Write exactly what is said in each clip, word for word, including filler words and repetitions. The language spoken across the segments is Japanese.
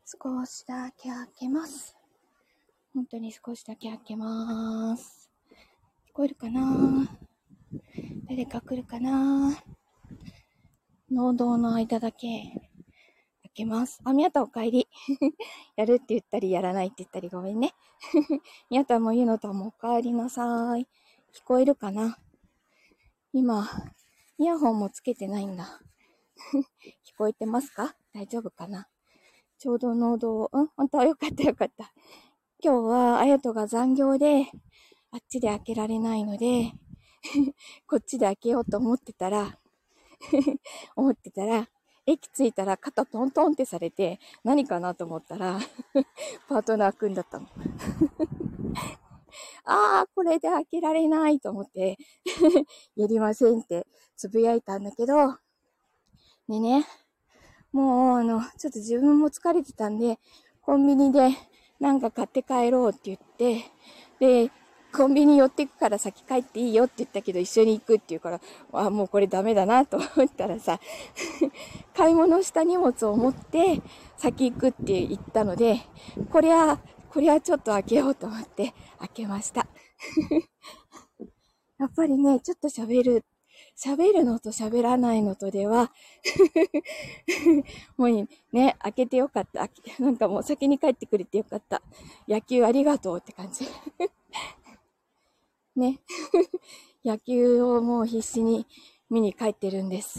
少しだけ開けます。本当に少しだけ開けます。聞こえるかな？誰か来るかな？農道の間だけ開けます。あ、宮田お帰り。やるって言ったりやらないって言ったりごめんね。宮田も言うのともお帰りなさい。聞こえるかな？今、イヤホンもつけてないんだ。聞こえてますか？大丈夫かな？ちょうど農道、うん本当はよかったよかった。今日はあやとが残業で、あっちで開けられないので、こっちで開けようと思ってたら、思ってたら、駅着いたら肩トントンってされて、何かなと思ったら、パートナーくんだったの。あー、これで開けられないと思って、やりませんってつぶやいたんだけど、でね、もうあの、ちょっと自分も疲れてたんで、コンビニでなんか買って帰ろうって言って、で、コンビニ寄ってくから先帰っていいよって言ったけど一緒に行くって言うから、あ、もうこれダメだなと思ったらさ、買い物した荷物を持って先行くって言ったので、これは、これはちょっと開けようと思って開けました。やっぱりね、ちょっと喋る、喋るのと喋らないのとでは、もうね、開けてよかった。なんかもう先に帰ってくれてよかった。野球ありがとうって感じ。ね。野球をもう必死に見に帰ってるんです。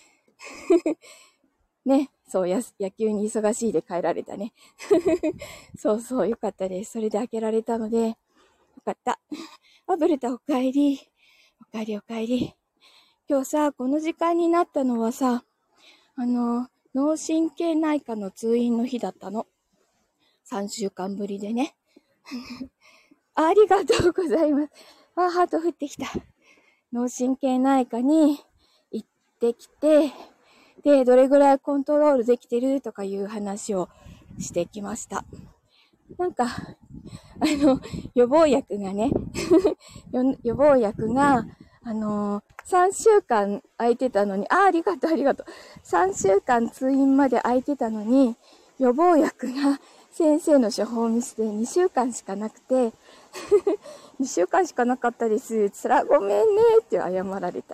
ね。そうや、野球に忙しいで帰られたね。そうそう、よかったです。それで開けられたので、よかった。あ、ブルタお帰り。お帰りお帰り。今日さ、この時間になったのはさ、あの、脳神経内科の通院の日だったの。さんしゅうかんぶりでね。ありがとうございます。あ、ハート降ってきた。脳神経内科に行ってきて、で、どれぐらいコントロールできてるとかいう話をしてきました。なんか、あの、予防薬がね、予防薬が、あのー、さんしゅうかん空いてたのに、あ、ありがとう、ありがとう。さんしゅうかん通院まで空いてたのに、予防薬が先生の処方ミスでにしゅうかんしかなくて、にしゅうかんしかなかったです。つら、ごめんねって謝られた。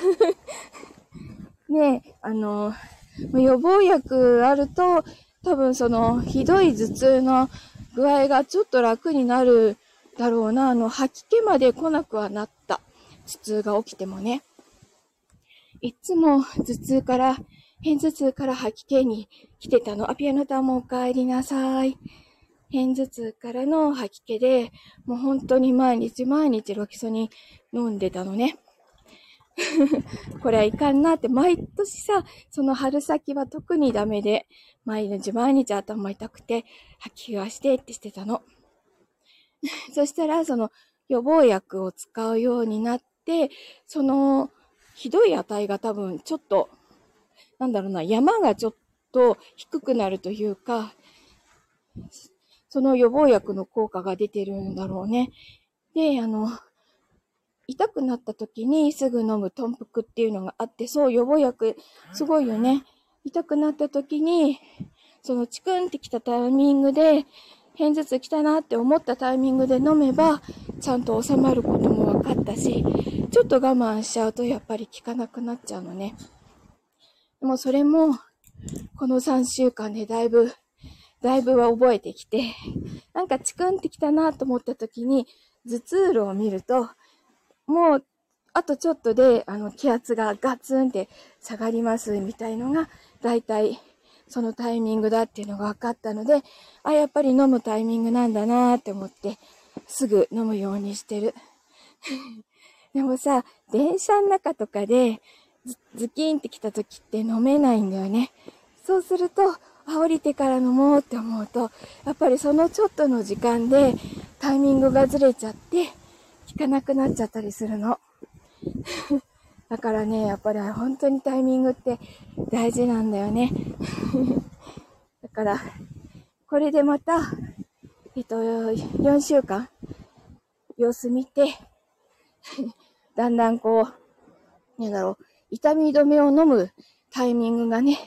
ねえ、あのー、予防薬あると、多分その、ひどい頭痛の具合がちょっと楽になるだろうな。あの、吐き気まで来なくはなった。頭痛が起きてもね。いつも頭痛から、片頭痛から吐き気に来てたの。あ、ピアノタもお帰りなさい。片頭痛からの吐き気で、もう本当に毎日毎日ロキソニン飲んでたのね。これはいかんなって、毎年さ、その春先は特にダメで、毎日毎日頭痛くて、吐き気がしてってしてたの。そしたら、その予防薬を使うようになって、その、ひどい値が多分、ちょっと、なんだろうな、山がちょっと低くなるというか、その予防薬の効果が出てるんだろうね。で、あの、痛くなった時にすぐ飲むトンプクっていうのがあって、そう、予防薬、すごいよね。痛くなった時に、そのチクンってきたタイミングで、片頭痛来たなって思ったタイミングで飲めば、ちゃんと収まることも分かったし、ちょっと我慢しちゃうとやっぱり効かなくなっちゃうのね。でもそれも、このさんしゅうかんでだいぶ、だいぶは覚えてきて、なんかチクンってきたなと思った時に、頭痛路を見ると、もう、あとちょっとで、あの、気圧がガツンって下がりますみたいのが、だいたいそのタイミングだっていうのが分かったので、あ、やっぱり飲むタイミングなんだなって思って、すぐ飲むようにしてる。でもさ、電車の中とかで、ズキンってきた時って飲めないんだよね。そうすると、あ、降りてから飲もうって思うと、やっぱりそのちょっとの時間でタイミングがずれちゃって、効かなくなっちゃったりするの。だからね、やっぱり本当にタイミングって大事なんだよね。だから、これでまた、えっと、よんしゅうかん、様子見て、だんだんこう、なんだろう、痛み止めを飲むタイミングがね、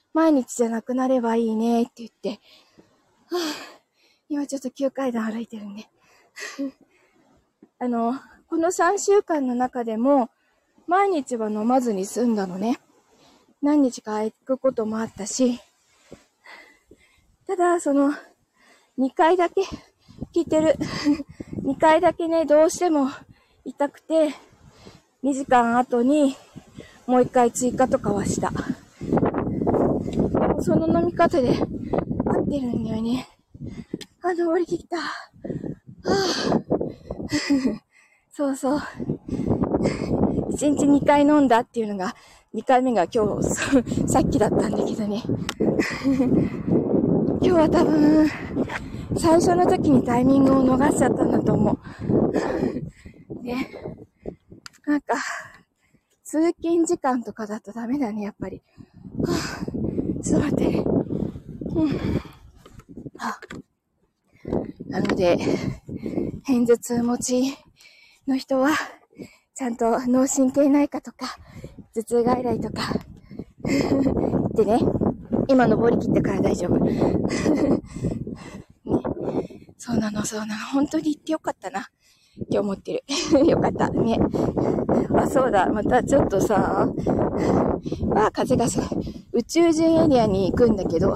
毎日じゃなくなればいいねって言って、はあ、今ちょっと急階段歩いてるんで。あの、このさんしゅうかんの中でも、毎日は飲まずに済んだのね。何日か空くこともあったし、ただ、その、にかいだけ、聞いてる。にかいだけね、どうしても痛くて、にじかん後にもういっかい追加とかはした。でもその飲み方で合ってるんだよね。あ、登りきった。はぁそうそう。いちにちにかい飲んだっていうのが、にかいめが今日、さっきだったんだけどね。今日は多分、最初の時にタイミングを逃しちゃったんだと思う。ね。なんか、通勤時間とかだとダメだね、やっぱり。はぁ、ちょっと待ってね。うん。はぁ。なので、片頭痛持ちの人は、ちゃんと脳神経内科とか、頭痛外来とか、でね、今登り切ったから大丈夫。ね、そうなの、そうなの。本当に行ってよかったな。って思ってる。よかった。ね。あ、そうだ。またちょっとさ、あ、風がすごい。宇宙人エリアに行くんだけど、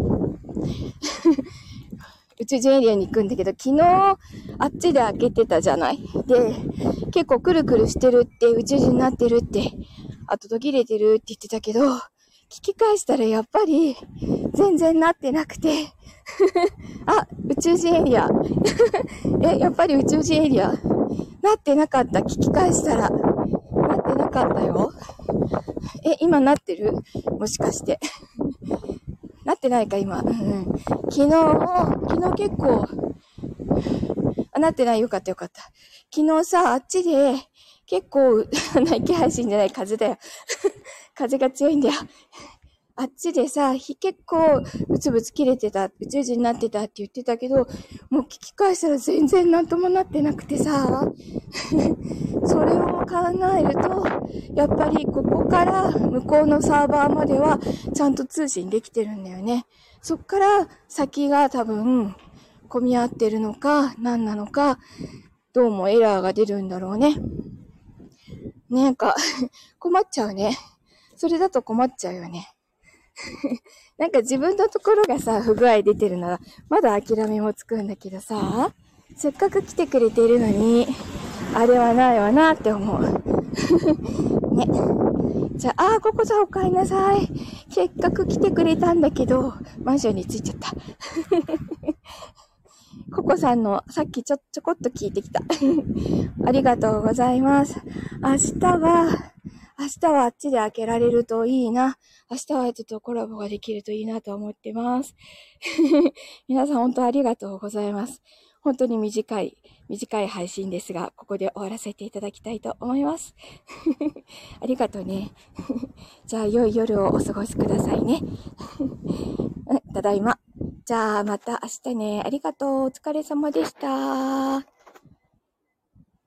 宇宙人エリアに行くんだけど、昨日、あっちで開けてたじゃない？で、結構くるくるしてるって、宇宙人になってるって、あと途切れてるって言ってたけど、聞き返したらやっぱり、全然なってなくて、あ、宇宙人エリア。え、やっぱり宇宙人エリア。なってなかった。聞き返したら。なってなかったよ。え、今なってる？もしかして。なってないか、今。うんうん、昨日、昨日結構、あ、なってない。よかったよかった。昨日さ、あっちで、結構、内気配信じゃない、風だよ。風が強いんだよ。あっちでさ、結構、ブツブツ切れてた、宇宙人になってたって言ってたけど、もう聞き返したら全然なんともなってなくてさ、それを考えると、やっぱりここから向こうのサーバーまではちゃんと通信できてるんだよね。そっから先が多分、混み合ってるのか、何なのか、どうもエラーが出るんだろうね。なんか、困っちゃうね。それだと困っちゃうよね。なんか自分のところがさ、不具合出てるなら、まだ諦めもつくんだけどさ、せっかく来てくれてるのに、あれはないわなって思う。ね。じゃあ、あー、ココさんお帰りなさい。せっかく来てくれたんだけど、マンションに着いちゃった。ココさんのさっきちょ、ちょこっと聞いてきた。ありがとうございます。明日は、明日はあっちで開けられるといいな。明日はちょっとコラボができるといいなと思ってます。皆さん本当ありがとうございます。本当に短い、短い配信ですが、ここで終わらせていただきたいと思います。ありがとうね。じゃあ、良い夜をお過ごしくださいね。ただいま。じゃあ、また明日ね。ありがとう。お疲れ様でした。